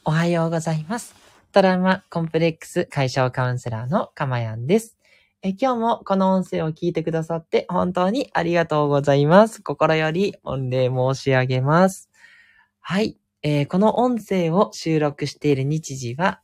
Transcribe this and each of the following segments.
おはようございます。トラウマコンプレックス解消カウンセラーのかまやんです。今日もこの音声を聞いてくださって本当にありがとうございます。心より御礼申し上げます。はい、この音声を収録している日時は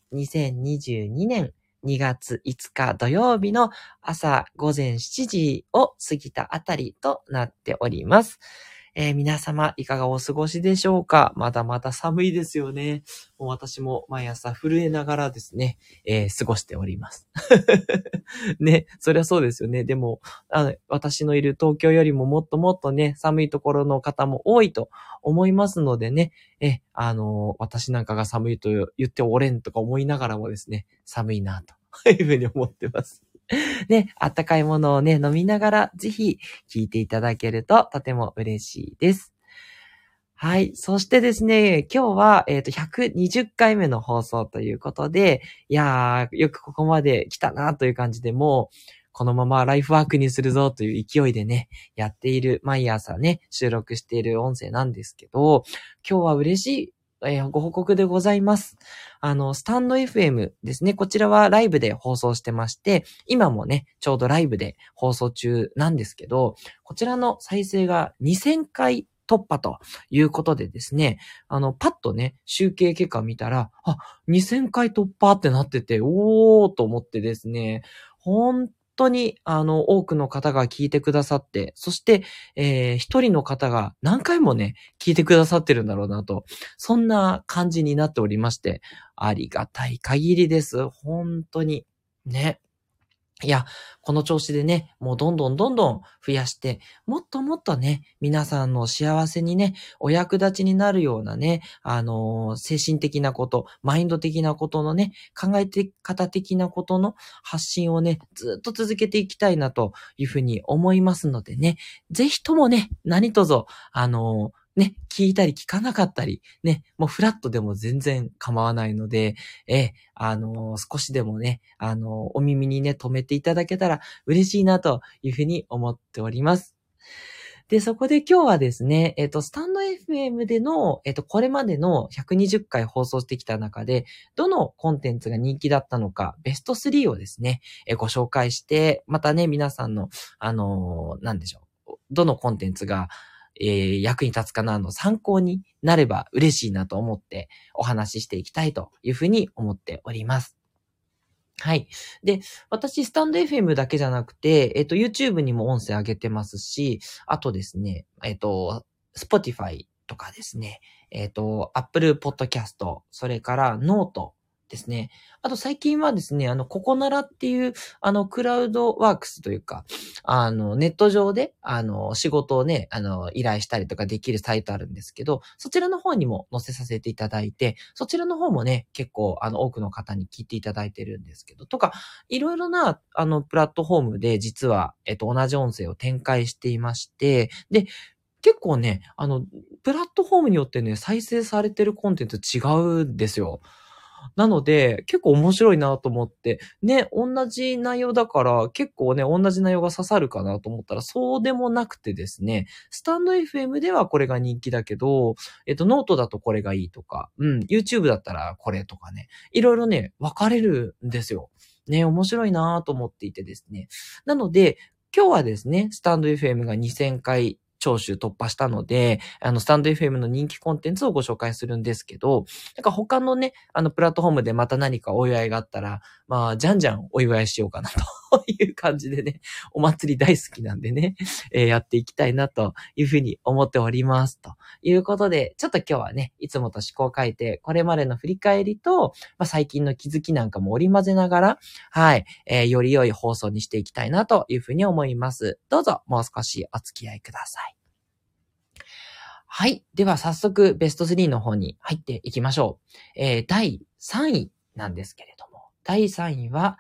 2022年2月5日土曜日の朝午前7時を過ぎたあたりとなっております。皆様いかがお過ごしでしょうか？まだまだ寒いですよね。もう私も毎朝震えながらですね、過ごしております。ね、そりゃそうですよね。でも、私のいる東京よりももっともっとね、寒いところの方も多いと思いますのでね、私なんかが寒いと言っておれんとか思いながらもですね、寒いなというふうに思ってます。ね、あったかいものをね、飲みながら、ぜひ聞いていただけるととても嬉しいです。はい。そしてですね、今日は、120回目の放送ということで、いやー、よくここまで来たなという感じで、もう、このままライフワークにするぞという勢いでね、やっている、毎朝ね、収録している音声なんですけど、今日は嬉しい、ご報告でございます。スタンド FM ですね。こちらはライブで放送してまして、今もね、ちょうどライブで放送中なんですけど、こちらの再生が2000回突破ということでですね、パッとね、集計結果見たら、2000回突破ってなってて、おーと思ってですね、本当に、多くの方が聞いてくださって、そして、一人の方が何回もね、聞いてくださってるんだろうなと、そんな感じになっておりまして、ありがたい限りです。本当に。ね。いや、この調子でね、もうどんどんどんどん増やして、もっともっとね、皆さんの幸せにね、お役立ちになるようなね、精神的なこと、マインド的なことのね、考え方的なことの発信をね、ずっと続けていきたいなというふうに思いますのでね、ぜひともね、何卒、ね、聞いたり聞かなかったり、ね、もうフラットでも全然構わないので、少しでもね、お耳にね、留めていただけたら嬉しいなというふうに思っております。で、そこで今日はですね、スタンド FM での、これまでの120回放送してきた中で、どのコンテンツが人気だったのか、ベスト3をですね、ご紹介して、またね、皆さんの、なんでしょう、どのコンテンツが、役に立つかなの参考になれば嬉しいなと思ってお話ししていきたいというふうに思っております。はい。で、私、スタンド FM だけじゃなくて、YouTube にも音声上げてますし、あとですね、Spotify とかですね、Apple Podcast、それからノートですね。あと最近はですね、ココナラっていう、クラウドワークスというか、ネット上で、仕事をね、依頼したりとかできるサイトあるんですけど、そちらの方にも載せさせていただいて、そちらの方もね、結構、多くの方に聞いていただいてるんですけど、とか、いろいろな、プラットフォームで実は、同じ音声を展開していまして、で、結構ね、プラットフォームによってね、再生されてるコンテンツ違うんですよ。なので、結構面白いなと思って、ね、同じ内容だから、結構ね、同じ内容が刺さるかなと思ったら、そうでもなくてですね、スタンド FM ではこれが人気だけど、ノートだとこれがいいとか、YouTube だったらこれとかね、いろいろね、分かれるんですよ。ね、面白いなと思っていてですね。なので、今日はですね、スタンド FM が2000回聴取突破したので、スタンド FM の人気コンテンツをご紹介するんですけど、なんか他のね、プラットフォームでまた何かお祝いがあったら、まあ、じゃんじゃんお祝いしようかなという感じでね、お祭り大好きなんでね、やっていきたいなというふうに思っております。ということで、ちょっと今日はね、いつもと思考を変えて、これまでの振り返りと、最近の気づきなんかも織り交ぜながら、はい、より良い放送にしていきたいなというふうに思います。どうぞもう少しお付き合いください。はい。では早速ベスト3の方に入っていきましょう。第3位なんですけれども、第3位は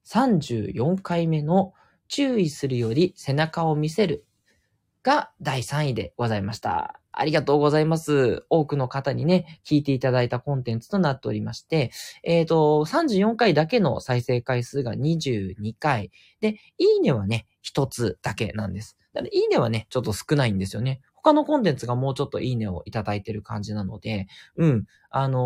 34回目の注意するより背中を見せるが第3位でございました。ありがとうございます。多くの方にね、聞いていただいたコンテンツとなっておりまして、34回だけの再生回数が22回。で、いいねはね、1つだけなんです。だからいいねはね、ちょっと少ないんですよね。他のコンテンツがもうちょっといいねをいただいてる感じなので、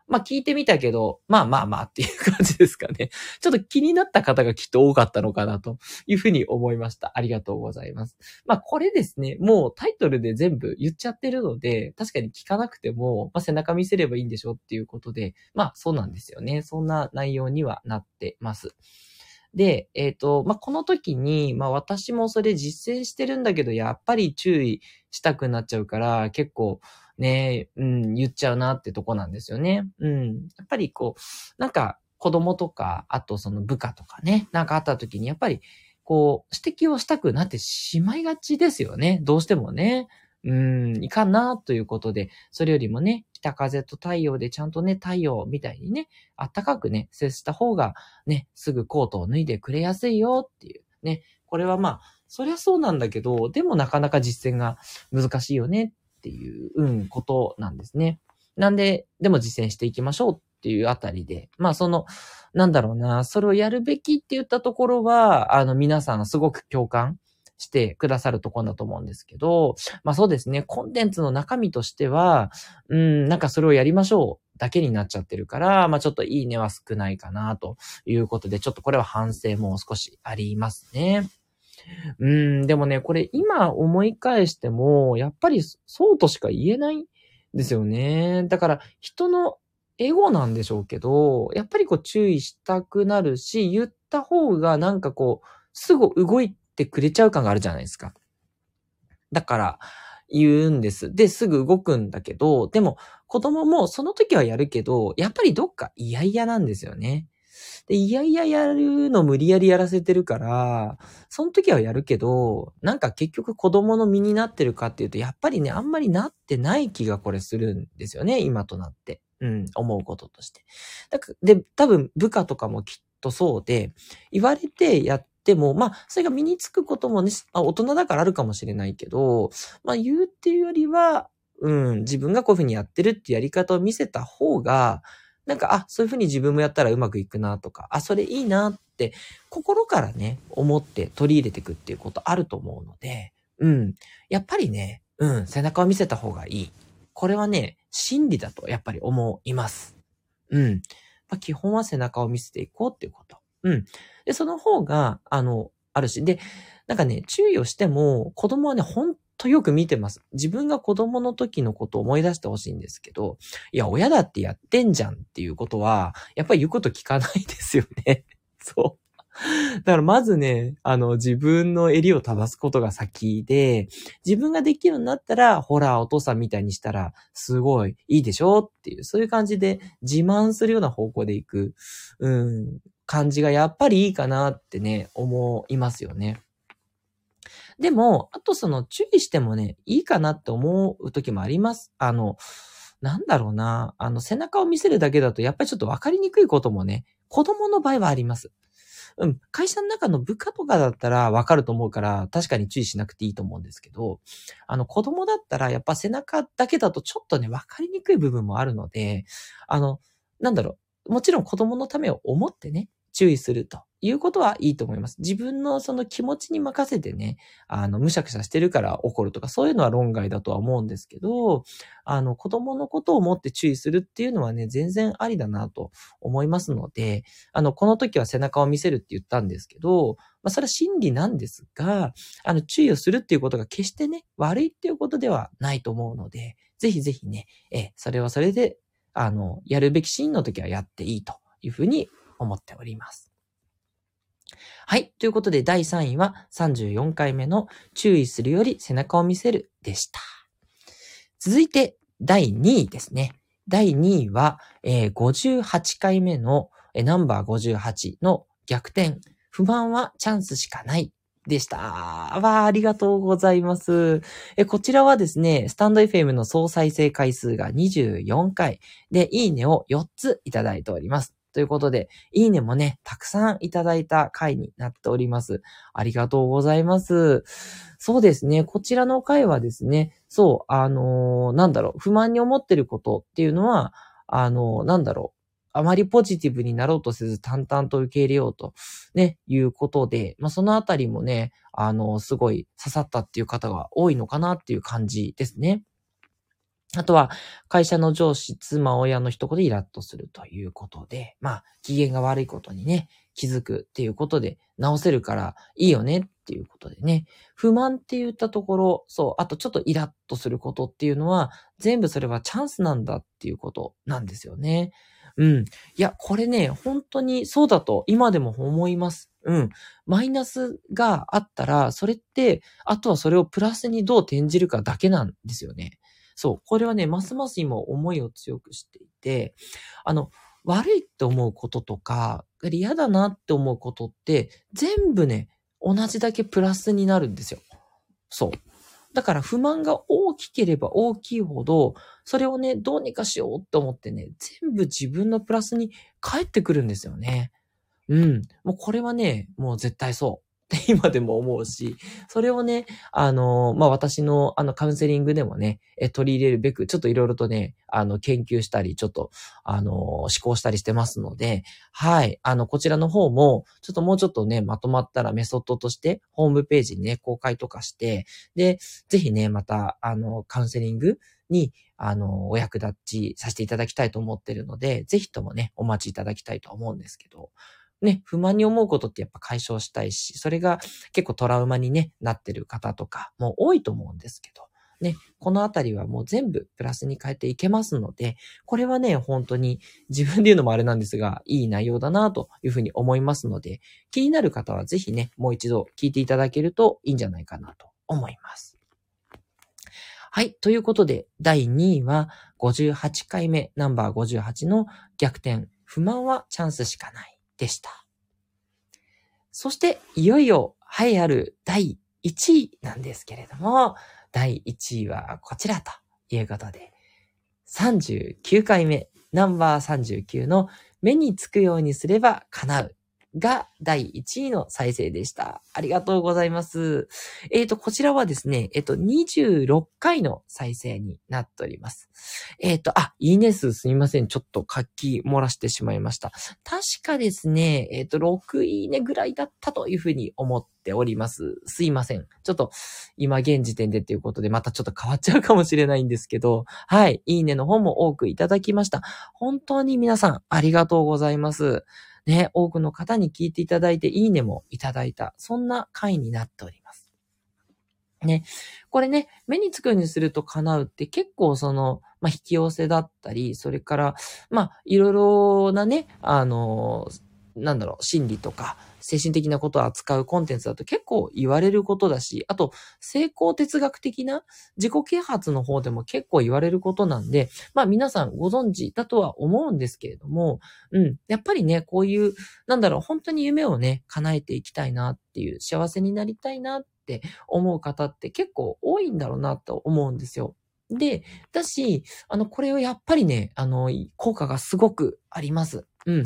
まあ聞いてみたけど、まあまあまあっていう感じですかね。ちょっと気になった方がきっと多かったのかなというふうに思いました。ありがとうございます。まあこれですね、もうタイトルで全部言っちゃってるので、確かに聞かなくても、まあ背中見せればいいんでしょっていうことで、まあそうなんですよね。そんな内容にはなってます。で、まあ、この時に、まあ、私もそれ実践してるんだけど、やっぱり注意したくなっちゃうから、結構ね、言っちゃうなってとこなんですよね。やっぱりこう、なんか子供とか、あとその部下とかね、なんかあった時に、やっぱりこう、指摘をしたくなってしまいがちですよね。どうしてもね。いかんなということで、それよりもね、北風と太陽でちゃんとね、太陽みたいにね、暖かくね、接した方がね、すぐコートを脱いでくれやすいよっていうね。これはまあ、そりゃそうなんだけど、でもなかなか実践が難しいよねっていう、ことなんですね。なんで、でも実践していきましょうっていうあたりで、まあその、なんだろうな、それをやるべきって言ったところは、皆さんすごく共感してくださるところだと思うんですけど、まあそうですね、コンテンツの中身としては、なんかそれをやりましょうだけになっちゃってるから、まあちょっといいねは少ないかなということで、ちょっとこれは反省も少しありますね。でもね、これ今思い返しても、やっぱりそうとしか言えないんですよね。だから人のエゴなんでしょうけど、やっぱりこう注意したくなるし、言った方がなんかこう、すぐ動いてくれちゃう感があるじゃないですか。だから言うんです。で、すぐ動くんだけど、でも子供もその時はやるけど、やっぱりどっか嫌々なんですよね。で、いやいややるの無理やりやらせてるから、その時はやるけど、なんか結局子供の身になってるかっていうと、やっぱりね、あんまりなってない気がこれするんですよね、今となって。思うこととして。で、多分部下とかもきっとそうで、言われてやっても、まあ、それが身につくこともね、大人だからあるかもしれないけど、まあ言うっていうよりは、自分がこういうふうにやってるっていうやり方を見せた方が、なんか、そういうふうに自分もやったらうまくいくなとか、それいいなって、心からね、思って取り入れていくっていうことあると思うので、やっぱりね、背中を見せた方がいい。これはね、真理だとやっぱり思います。基本は背中を見せていこうっていうこと。で、その方が、あるし、で、なんかね、注意をしても、子供はね、ほんとよく見てます。自分が子供の時のことを思い出してほしいんですけど、いや、親だってやってんじゃんっていうことは、やっぱり言うこと聞かないですよね。そう。だからまずね、自分の襟を正すことが先で、自分ができるようになったら、ほら、お父さんみたいにしたら、すごいいいでしょっていう、そういう感じで自慢するような方向でいく、感じがやっぱりいいかなってね、思いますよね。でも、あとその注意してもね、いいかなって思う時もあります。なんだろうな、背中を見せるだけだとやっぱりちょっとわかりにくいこともね、子供の場合はあります。会社の中の部下とかだったらわかると思うから、確かに注意しなくていいと思うんですけど、子供だったらやっぱ背中だけだとちょっとね、わかりにくい部分もあるので、あの、なんだろもちろん子供のためを思ってね、注意するということはいいと思います。自分のその気持ちに任せてね、むしゃくしゃしてるから怒るとか、そういうのは論外だとは思うんですけど、子供のことを思って注意するっていうのはね、全然ありだなと思いますので、この時は背中を見せるって言ったんですけど、それは真理なんですが、注意をするっていうことが決してね、悪いっていうことではないと思うので、ぜひぜひね、それはそれで、やるべきシーンの時はやっていいというふうに思っております。はい。ということで、第3位は34回目の注意するより背中を見せるでした。続いて、第2位ですね。第2位は、58回目の、ナンバー58の逆転。不満はチャンスしかない。でした。ありがとうございます。こちらはですね、スタンド FM の総再生回数が24回で、いいねを4ついただいております。ということで、いいねもね、たくさんいただいた回になっております。ありがとうございます。そうですね、こちらの回はですね、そう、不満に思ってることっていうのは、あまりポジティブになろうとせず淡々と受け入れようと、ね、いうことで、そのあたりもね、すごい刺さったっていう方が多いのかなっていう感じですね。 あとは、会社の上司、妻、親の一言でイラッとするということで、機嫌が悪いことにね、気づくっていうことで直せるからいいよねっていうことでね。不満って言ったところ、そう、あとちょっとイラッとすることっていうのは、全部それはチャンスなんだっていうことなんですよね。うん。いや、これね、本当にそうだと今でも思います。うん。マイナスがあったら、それって、あとはそれをプラスにどう転じるかだけなんですよね。そう。これはね、ますます今思いを強くしていて、悪いって思うこととか、嫌だなって思うことって、全部ね、同じだけプラスになるんですよ。そう。だから不満が大きければ大きいほど、それをね、どうにかしようと思ってね、全部自分のプラスに返ってくるんですよね。うん。もうこれはね、もう絶対そう。って今でも思うし、それをね、私のカウンセリングでもね、取り入れるべく、ちょっといろいろとね、研究したり、ちょっと、思考したりしてますので、はい。こちらの方も、ちょっともうちょっとね、まとまったらメソッドとして、ホームページにね、公開とかして、で、ぜひね、また、カウンセリングに、お役立ちさせていただきたいと思ってるので、ぜひともね、お待ちいただきたいと思うんですけど、ね、不満に思うことってやっぱ解消したいし、それが結構トラウマにね、なってる方とかも多いと思うんですけど、ね、このあたりはもう全部プラスに変えていけますので、これはね、本当に自分で言うのもあれなんですが、いい内容だなというふうに思いますので、気になる方はぜひね、もう一度聞いていただけるといいんじゃないかなと思います。はい。ということで、第2位は58回目、ナンバー58の逆転。不満はチャンスしかない。でした。そして、いよいよ、ある第1位なんですけれども、第1位はこちらということで、39回目、ナンバー39の目につくようにすれば叶うが第1位の再生でした。ありがとうございます。こちらはですね、26回の再生になっております。いいね数すみません。ちょっと書き漏らしてしまいました。確かですね、6いいねぐらいだったというふうに思っております。すいません。ちょっと今現時点でっていうことでまたちょっと変わっちゃうかもしれないんですけど、はい、いいねの方も多くいただきました。本当に皆さんありがとうございます。ね、多くの方に聞いていただいていいねもいただいた、そんな回になっております。ね。これね、目につくようにすると叶うって結構引き寄せだったり、それから、いろいろなね、心理とか、精神的なことを扱うコンテンツだと結構言われることだし、あと、成功哲学的な自己啓発の方でも結構言われることなんで、皆さんご存知だとは思うんですけれども、やっぱりね、こういう、本当に夢をね、叶えていきたいなっていう、幸せになりたいなって思う方って結構多いんだろうなと思うんですよ。で、だし、これをやっぱりね、効果がすごくあります。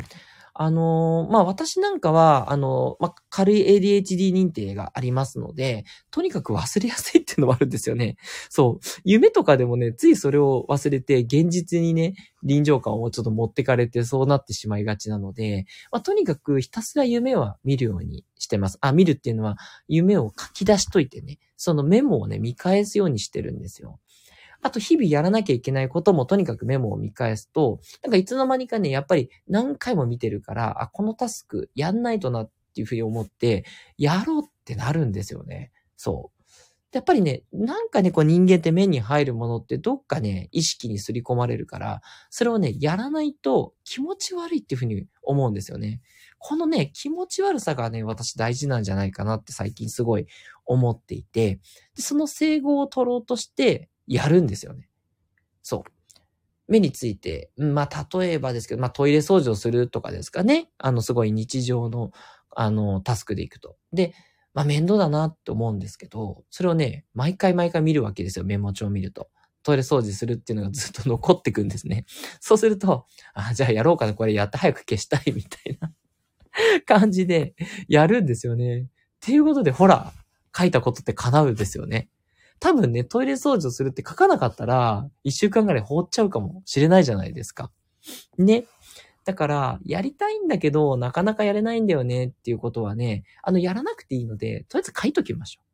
私なんかは、軽い ADHD 認定がありますので、とにかく忘れやすいっていうのもあるんですよね。そう。夢とかでもね、ついそれを忘れて、現実にね、臨場感をちょっと持ってかれて、そうなってしまいがちなので、とにかくひたすら夢は見るようにしてます。見るっていうのは、夢を書き出しといてね、そのメモをね、見返すようにしてるんですよ。あと日々やらなきゃいけないこともとにかくメモを見返すと、いつの間にかね、やっぱり何回も見てるから、このタスクやんないとなっていうふうに思って、やろうってなるんですよね。そう。やっぱりね、こう人間って目に入るものってどっかね、意識に刷り込まれるから、それをね、やらないと気持ち悪いっていうふうに思うんですよね。このね、気持ち悪さがね、私大事なんじゃないかなって最近すごい思っていて、でその整合を取ろうとしてやるんですよね。そう。目について、例えばですけど、トイレ掃除をするとかですかね。すごい日常の、タスクでいくと。で、面倒だなって思うんですけど、それをね、毎回毎回見るわけですよ。メモ帳を見ると。トイレ掃除するっていうのがずっと残ってくんですね。そうすると、じゃあやろうかな、これやって早く消したいみたいな感じでやるんですよね。っていうことで、ほら、書いたことって叶うんですよね。多分ね、トイレ掃除をするって書かなかったら、1週間ぐらい放っちゃうかもしれないじゃないですか。ね。だから、やりたいんだけど、なかなかやれないんだよねっていうことはね、やらなくていいので、とりあえず書いときましょう。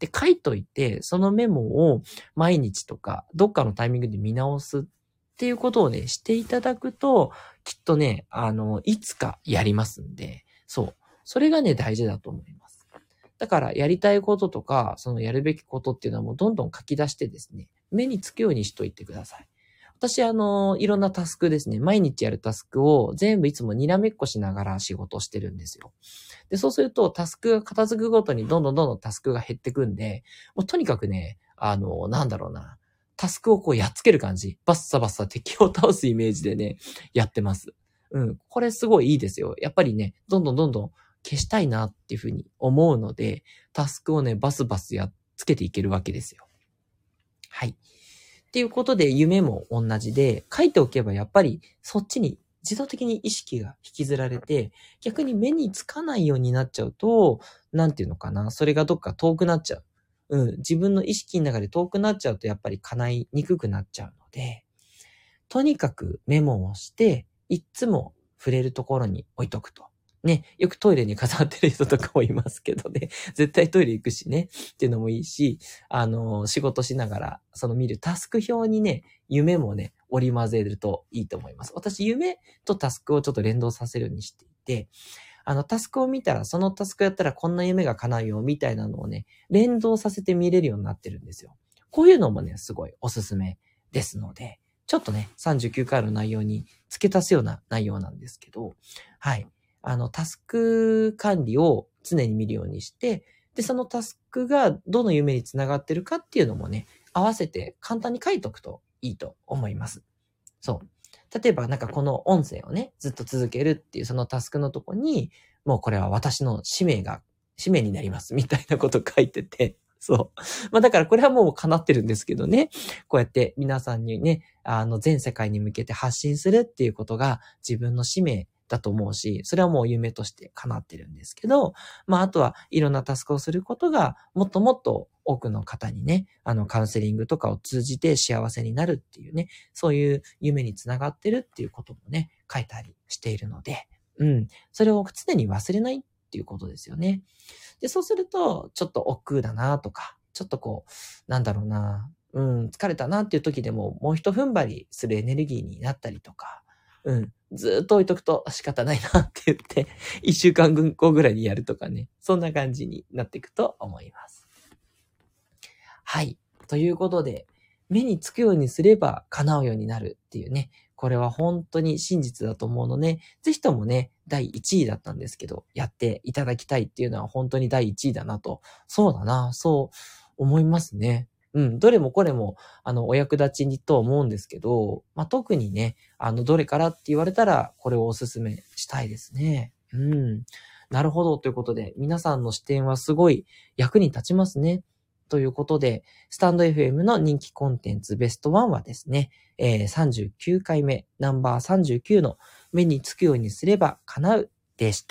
で、書いといて、そのメモを毎日とか、どっかのタイミングで見直すっていうことをね、していただくと、きっとね、いつかやりますんで、そう。それがね、大事だと思います。だから、やりたいこととか、そのやるべきことっていうのはもうどんどん書き出してですね、目につくようにしといてください。私、いろんなタスクですね、毎日やるタスクを全部いつもにらめっこしながら仕事をしてるんですよ。で、そうすると、タスクが片付くごとにどんどんタスクが減ってくんで、もうとにかくね、なんだろうな、タスクをこうやっつける感じ。バッサバッサ敵を倒すイメージでね、やってます。うん。これすごいいいですよ。やっぱりね、どんどん消したいなっていうふうに思うので、タスクをね、バスバスやっつけていけるわけですよ。はい。っていうことで、夢も同じで、書いておけばやっぱりそっちに自動的に意識が引きずられて、逆に目につかないようになっちゃうと、なんていうのかな、それがどっか遠くなっちゃう。うん、自分の意識の中で遠くなっちゃうとやっぱり叶いにくくなっちゃうので、とにかくメモをして、いつも触れるところに置いとくと。ね、よくトイレに飾ってる人とかもいますけどね、絶対トイレ行くしね、っていうのもいいし、仕事しながら、その見るタスク表にね、夢もね、織り交ぜるといいと思います。私、夢とタスクをちょっと連動させるようにしていて、タスクを見たら、そのタスクやったらこんな夢が叶うよ、みたいなのをね、連動させて見れるようになってるんですよ。こういうのもね、すごいおすすめですので、ちょっとね、39回の内容に付け足すような内容なんですけど、はい。タスク管理を常に見るようにして、で、そのタスクがどの夢につながってるかっていうのもね、合わせて簡単に書いとくといいと思います。そう。例えばなんかこの音声をね、ずっと続けるっていうそのタスクのとこに、もうこれは私の使命になりますみたいなこと書いてて、そう。まあだからこれはもう叶ってるんですけどね。こうやって皆さんにね、全世界に向けて発信するっていうことが自分の使命だと思うし、それはもう夢として叶ってるんですけど、まああとはいろんなタスクをすることがもっともっと多くの方にね、カウンセリングとかを通じて幸せになるっていうね、そういう夢につながってるっていうこともね、書いたりしているので、うん。それを常に忘れないっていうことですよね。で、そうすると、ちょっと億劫だなとか、ちょっとこう、なんだろうな、疲れたなっていう時でも、もう一踏ん張りするエネルギーになったりとか、ずーっと置いとくと仕方ないなって言って、一週間後ぐらいにやるとかね、そんな感じになっていくと思います。はい。ということで、目につくようにすれば叶うようになるっていうね、これは本当に真実だと思うので、ぜひともね、第1位だったんですけど、やっていただきたいっていうのは本当に第1位だなと。そうだな、そう思いますね。どれもこれも、お役立ちにと思うんですけど、まあ、特にね、どれからって言われたら、これをお勧めしたいですね。なるほど。ということで、皆さんの視点はすごい役に立ちますね。ということで、スタンド FM の人気コンテンツベスト1はですね、39回目、ナンバー39の目につくようにすれば叶うでした。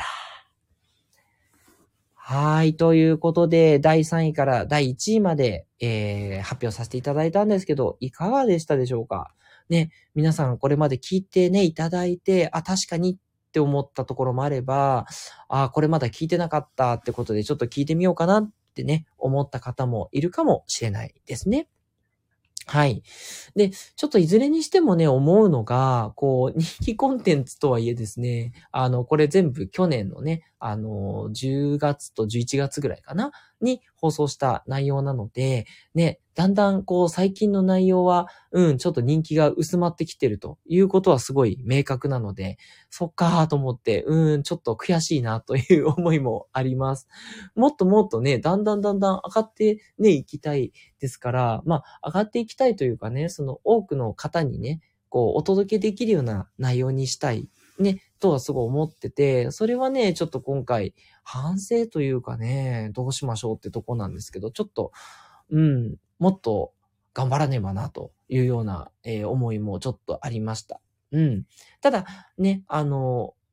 はい。ということで、第3位から第1位まで、発表させていただいたんですけど、いかがでしたでしょうかね、皆さんこれまで聞いてね、いただいて、確かにって思ったところもあれば、これまだ聞いてなかったってことで、ちょっと聞いてみようかなってね、思った方もいるかもしれないですね。はい。で、ちょっといずれにしてもね、思うのが、こう、人気コンテンツとはいえですね、これ全部去年のね、10月と11月ぐらいかなに放送した内容なので、ね、だんだんこう、最近の内容は、ちょっと人気が薄まってきてるということはすごい明確なので、そっかーと思って、ちょっと悔しいなという思いもあります。もっともっとね、だんだん上がってね、いきたいですから、まあ、上がっていきたいというかね、その多くの方にね、こう、お届けできるような内容にしたい、ね、とはすごい思ってて、それはね、ちょっと今回、反省というかね、どうしましょうってとこなんですけど、ちょっと、もっと頑張らねばな、というような、思いもちょっとありました。ただ、ね、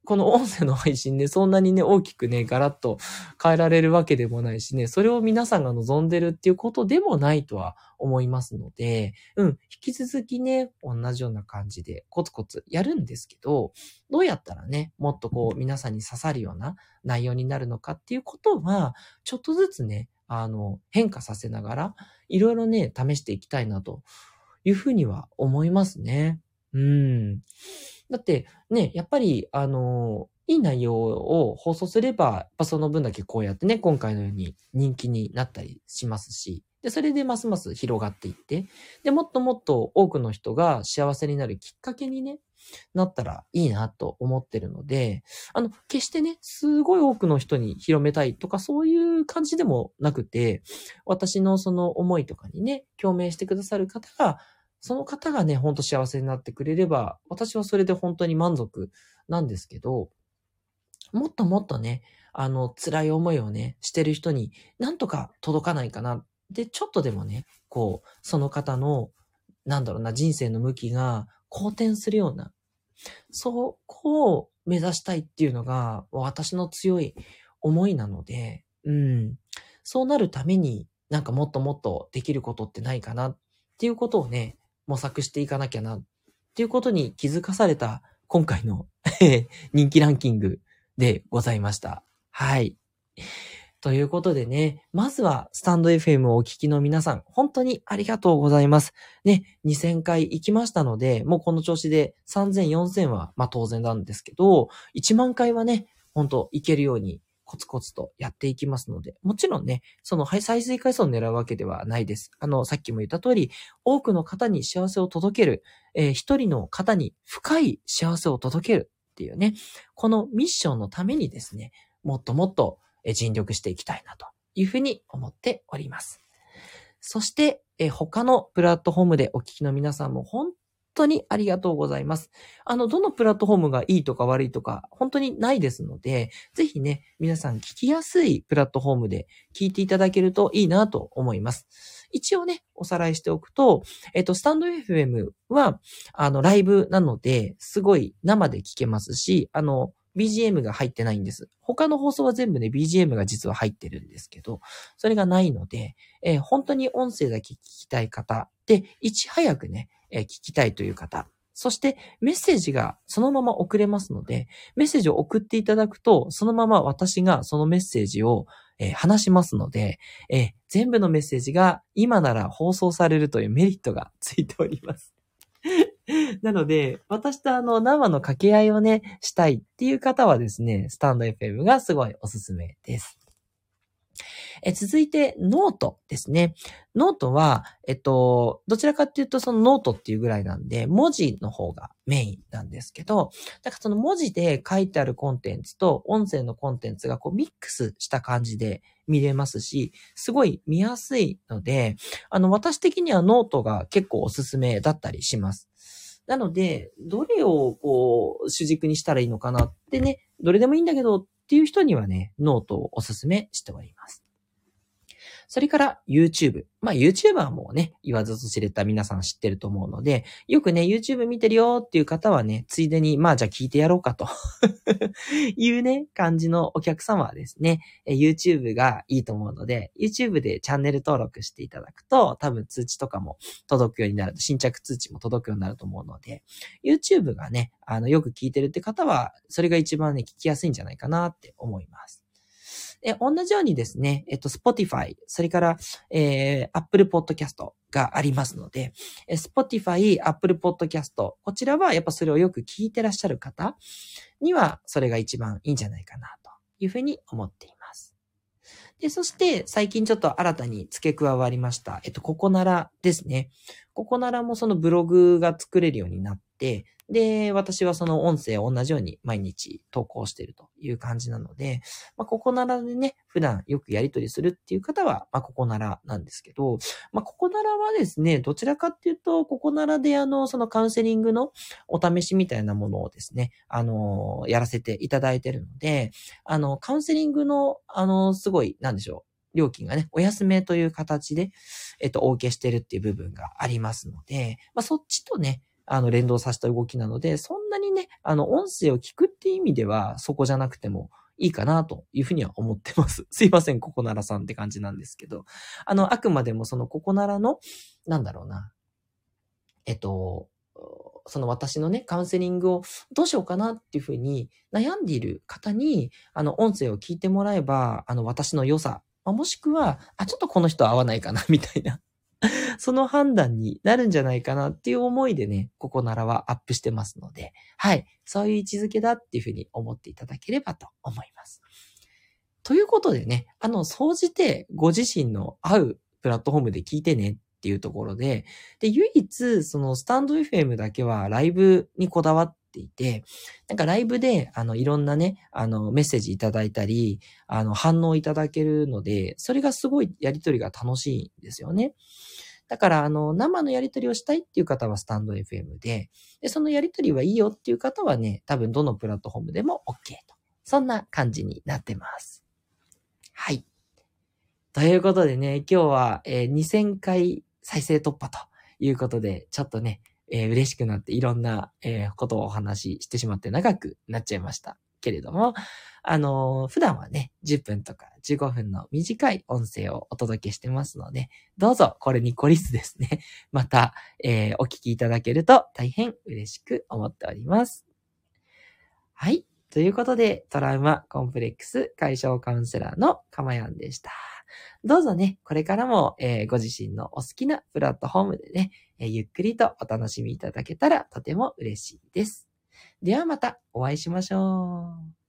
この音声の配信でそんなにね、大きくね、ガラッと変えられるわけでもないしね、それを皆さんが望んでるっていうことでもないとは思いますので、引き続きね、同じような感じでコツコツやるんですけど、どうやったらね、もっとこう皆さんに刺さるような内容になるのかっていうことは、ちょっとずつね、変化させながら、いろいろね、試していきたいなというふうには思いますね。だってね、やっぱり、いい内容を放送すれば、やっぱその分だけこうやってね、今回のように人気になったりしますし、で、それでますます広がっていって、で、もっともっと多くの人が幸せになるきっかけにね、なったらいいなと思ってるので、決してね、すごい多くの人に広めたいとかそういう感じでもなくて、私のその思いとかにね、共鳴してくださる方が、その方がね、ほんと幸せになってくれれば、私はそれで本当に満足なんですけど、もっともっとね、辛い思いをね、してる人になんとか届かないかな。で、ちょっとでもね、こう、その方の、人生の向きが好転するような、そこを目指したいっていうのが、私の強い思いなので、そうなるために、なんかもっともっとできることってないかなっていうことをね、模索していかなきゃなっていうことに気づかされた今回の人気ランキングでございました。はい。ということでね、まずはスタンド FM をお聞きの皆さん、本当にありがとうございます。ね、2000回行きましたので、もうこの調子で3000、4000は当然なんですけど、1万回はね、本当行けるようにコツコツとやっていきますので、もちろんね、その再生回数を狙うわけではないです。さっきも言った通り、多くの方に幸せを届ける、一人の方に深い幸せを届けるっていうね、このミッションのためにですね、もっともっと尽力していきたいなというふうに思っております。そして、他のプラットフォームでお聞きの皆さんも本当にありがとうございます。どのプラットフォームがいいとか悪いとか本当にないですので、ぜひね、皆さん聞きやすいプラットフォームで聞いていただけるといいなと思います。一応ね、おさらいしておくと、スタンド FM は、ライブなので、すごい生で聞けますし、BGM が入ってないんです。他の放送は全部ね、BGM が実は入ってるんですけど、それがないので、本当に音声だけ聞きたい方で、いち早くね、聞きたいという方、そしてメッセージがそのまま送れますので、メッセージを送っていただくと、そのまま私がそのメッセージを、話しますので、全部のメッセージが今なら放送されるというメリットがついております。なので、私と生の掛け合いをね、したいっていう方はですね、スタンド FM がすごいおすすめです。続いて、ノートですね。ノートは、どちらかっていうと、そのノートっていうぐらいなんで、文字の方がメインなんですけど、だからその文字で書いてあるコンテンツと音声のコンテンツがこうミックスした感じで見れますし、すごい見やすいので、私的にはノートが結構おすすめだったりします。なので、どれをこう主軸にしたらいいのかなってね、どれでもいいんだけどっていう人にはね、ノートをおすすめしております。それから YouTube。YouTube はもうね、言わずと知れた皆さん知ってると思うので、よくね、YouTube 見てるよっていう方はね、ついでに、じゃあ聞いてやろうかというね、感じのお客様はですね、YouTube がいいと思うので、YouTube でチャンネル登録していただくと、多分通知とかも届くようになる、新着通知も届くようになると思うので、YouTube がね、よく聞いてるって方は、それが一番ね、聞きやすいんじゃないかなって思います。同じようにですね、Spotify、それから、Apple Podcast がありますので、Spotify、Apple Podcast、こちらはやっぱそれをよく聞いてらっしゃる方には、それが一番いいんじゃないかなというふうに思っています。で、そして最近ちょっと新たに付け加わりました、ココナラですね。ココナラもそのブログが作れるようになって、で、私はその音声を同じように毎日投稿しているという感じなので、ここならでね、普段よくやり取りするっていう方は、ここならなんですけど、ここならはですね、どちらかっていうと、ここならでそのカウンセリングのお試しみたいなものをですね、やらせていただいているので、カウンセリングの、すごい、なんでしょう、料金がね、お安めという形で、お受けしてるっていう部分がありますので、そっちとね、 連動させた動きなので、そんなにね、音声を聞くっていう意味では、そこじゃなくてもいいかなというふうには思ってます。すいません、ココナラさんって感じなんですけど。あくまでもそのココナラの、なんだろうな、その私のね、カウンセリングをどうしようかなっていうふうに悩んでいる方に、音声を聞いてもらえば、私の良さ、もしくは、ちょっとこの人合わないかな、みたいな、その判断になるんじゃないかなっていう思いでね、ここならはアップしてますので、はい、そういう位置づけだっていうふうに思っていただければと思います。ということでね、総じてご自身の合うプラットフォームで聞いてねっていうところで、唯一、そのスタンド FM だけはライブにこだわっていて、なんかライブで、いろんなね、メッセージいただいたり、反応いただけるので、それがすごいやりとりが楽しいんですよね。だから、生のやりとりをしたいっていう方はスタンド FM で、そのやりとりはいいよっていう方はね、多分どのプラットフォームでも OK と。そんな感じになってます。はい。ということでね、今日は、2000回再生突破ということで、ちょっとね、嬉しくなっていろんな、ことをお話ししてしまって長くなっちゃいましたけれども、普段はね、10分とか15分の短い音声をお届けしてますので、どうぞこれに懲りずですね、また、お聞きいただけると大変嬉しく思っております。はい。ということで、トラウマコンプレックス解消カウンセラーのかまやんでした。どうぞね、これからも、ご自身のお好きなプラットフォームでね、ゆっくりとお楽しみいただけたらとても嬉しいです。ではまたお会いしましょう。